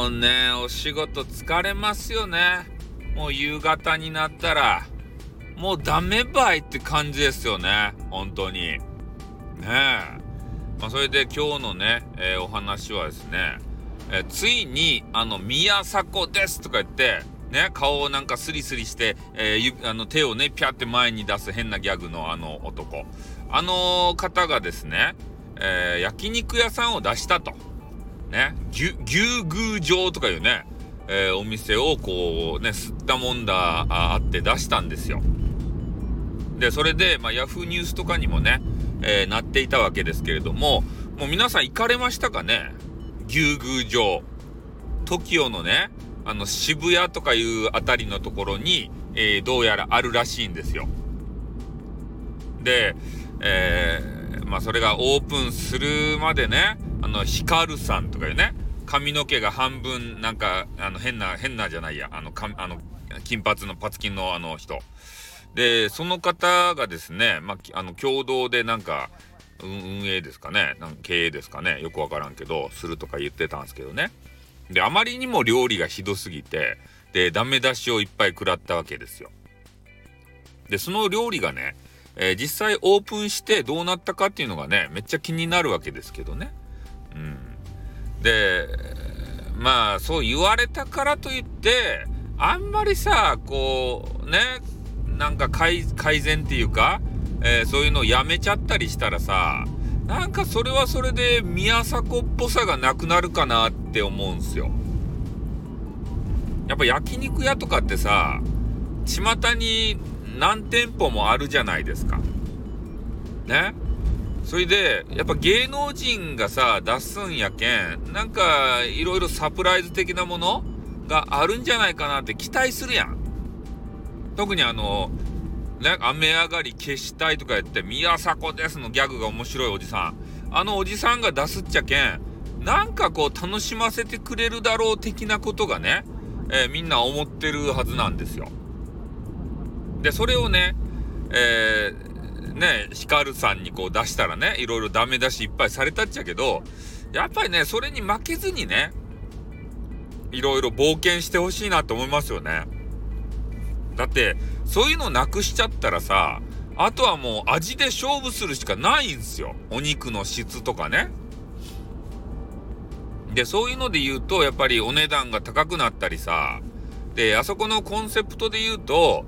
もうね、お仕事疲れますよね。もう夕方になったら、もうダメばいって感じですよね。本当に。ねえ。それで今日のね、お話はですね、ついに、宮迫ですとか言って、ね、顔をなんかスリスリして、手をね、ピャって前に出す変なギャグの男。方がですね、焼肉屋さんを出したと。ね、牛宮城とかいうね、お店をこうね、吸ったもんだあって出したんですよ。で、それで、ヤフーニュースとかにもね、なっていたわけですけれども、もう皆さん行かれましたかね？牛宮城。TOKIOのね、渋谷とかいうあたりのところに、どうやらあるらしいんですよ。で、それがオープンするまでね、ヒカルさんとかいうね、髪の毛が半分なんか変なじゃないや、金髪のパツキンの人で、その方がですね、共同でなんか運営ですかね、なんか経営ですかね、よくわからんけどするとか言ってたんですけどね。で、あまりにも料理がひどすぎて、でダメ出しをいっぱい食らったわけですよ。で、その料理がね、実際オープンしてどうなったかっていうのがね、めっちゃ気になるわけですけどね。で、そう言われたからといってあんまりさ、こうね、なんか改善っていうか、そういうのをやめちゃったりしたらさ、なんかそれはそれで宮迫っぽさがなくなるかなって思うんすよ。やっぱ焼肉屋とかってさ、巷に何店舗もあるじゃないですかね。それでやっぱ芸能人がさ出すんやけん、なんかいろいろサプライズ的なものがあるんじゃないかなって期待するやん。特に雨上がり消したいとか言って宮迫ですのギャグが面白いおじさん、おじさんが出すっちゃけん、なんかこう楽しませてくれるだろう的なことがね、みんな思ってるはずなんですよ。で、それをね、ヒカルさんにこう出したらね、いろいろダメ出しいっぱいされたっちゃけど、やっぱりね、それに負けずにね、いろいろ冒険してほしいなと思いますよね。だってそういうのなくしちゃったらさ、あとはもう味で勝負するしかないんすよ。お肉の質とかね。で、そういうので言うとやっぱりお値段が高くなったりさ、で、あそこのコンセプトで言うと、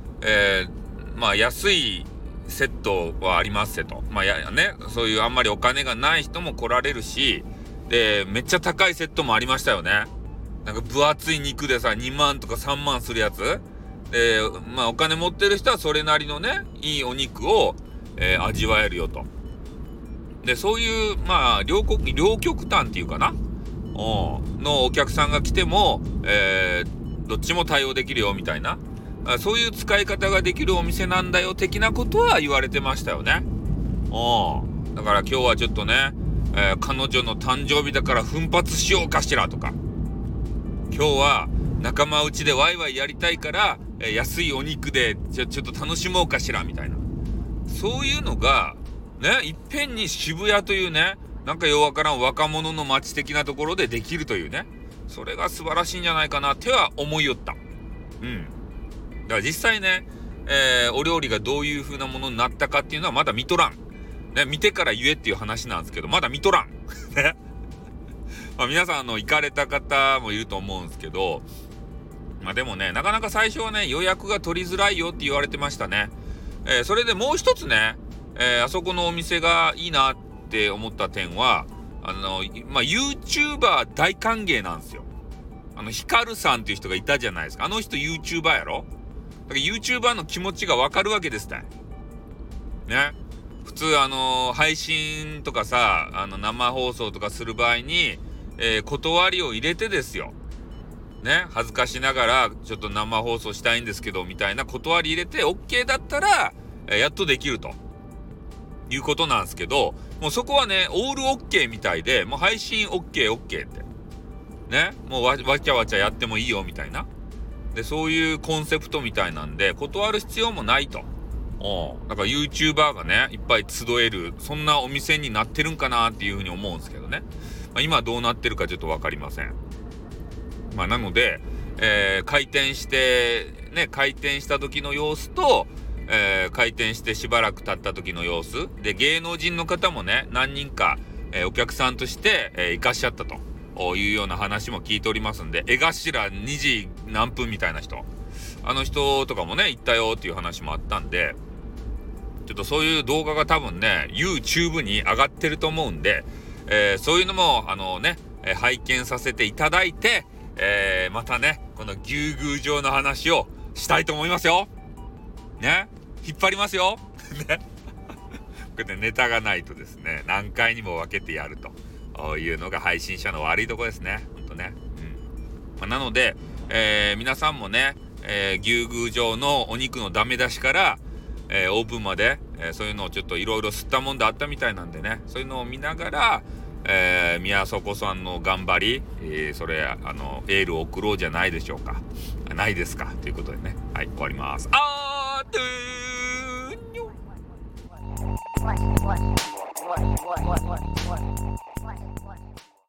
安いセットはありますせと。そういうあんまりお金がない人も来られるし、で、めっちゃ高いセットもありましたよね。なんか分厚い肉でさ、2万とか3万するやつで、お金持ってる人はそれなりのね、いいお肉を、味わえるよと。で、そういう両極端っていうかな、のお客さんが来ても、どっちも対応できるよみたいな、そういう使い方ができるお店なんだよ的なことは言われてましたよね。だから今日はちょっとね、彼女の誕生日だから奮発しようかしらとか、今日は仲間内でワイワイやりたいから、安いお肉でちょっと楽しもうかしらみたいな、そういうのがね、いっぺんに渋谷というね、なんかようわからん若者の街的なところでできるというね、それが素晴らしいんじゃないかなっては思いよった。だから実際ね、お料理がどういう風なものになったかっていうのはまだ見とらん。ね、見てから言えっていう話なんですけど、まだ見とらん。ね。皆さん行かれた方もいると思うんですけど、でもね、なかなか最初はね、予約が取りづらいよって言われてましたね。それでもう一つね、あそこのお店がいいなって思った点は、YouTuber 大歓迎なんですよ。ヒカルさんっていう人がいたじゃないですか。あの人 YouTuber やろ？だから YouTuber の気持ちがわかるわけですね。ね。普通配信とかさ、生放送とかする場合に、断りを入れてですよ。ね、恥ずかしながらちょっと生放送したいんですけどみたいな断り入れて OK だったら、やっとできるということなんですけど、もうそこはねオール OK みたいで、もう配信 OK ってね、もうわちゃわちゃやってもいいよみたいな、でそういうコンセプトみたいなんで断る必要もないと。だから YouTuber がねいっぱい集える、そんなお店になってるんかなっていうふうに思うんですけどね。今どうなってるかちょっと分かりません。 まあなので、開店した時の様子と、開店してしばらく経った時の様子で、芸能人の方もね何人か、お客さんとして、いらっしゃったというような話も聞いておりますんで、江頭2時何分みたいな人、あの人とかもね行ったよっていう話もあったんで、ちょっとそういう動画が多分ね YouTube に上がってると思うんで、そういうのも拝見させていただいて、またねこの牛宮城の話をしたいと思いますよね。引っ張りますよね。これでネタがないとですね、何回にも分けてやるというのが配信者の悪いとこですね、ほんとね。なので、皆さんもね、牛宮城のお肉のダメ出しから、オープンまで、そういうのをちょっといろいろ吸ったもんであったみたいなんでね、そういうのを見ながら、宮迫さんの頑張り、それエールを送ろうじゃないでしょうか。ないですかということでね、はい、終わります。あーとーにょWhat?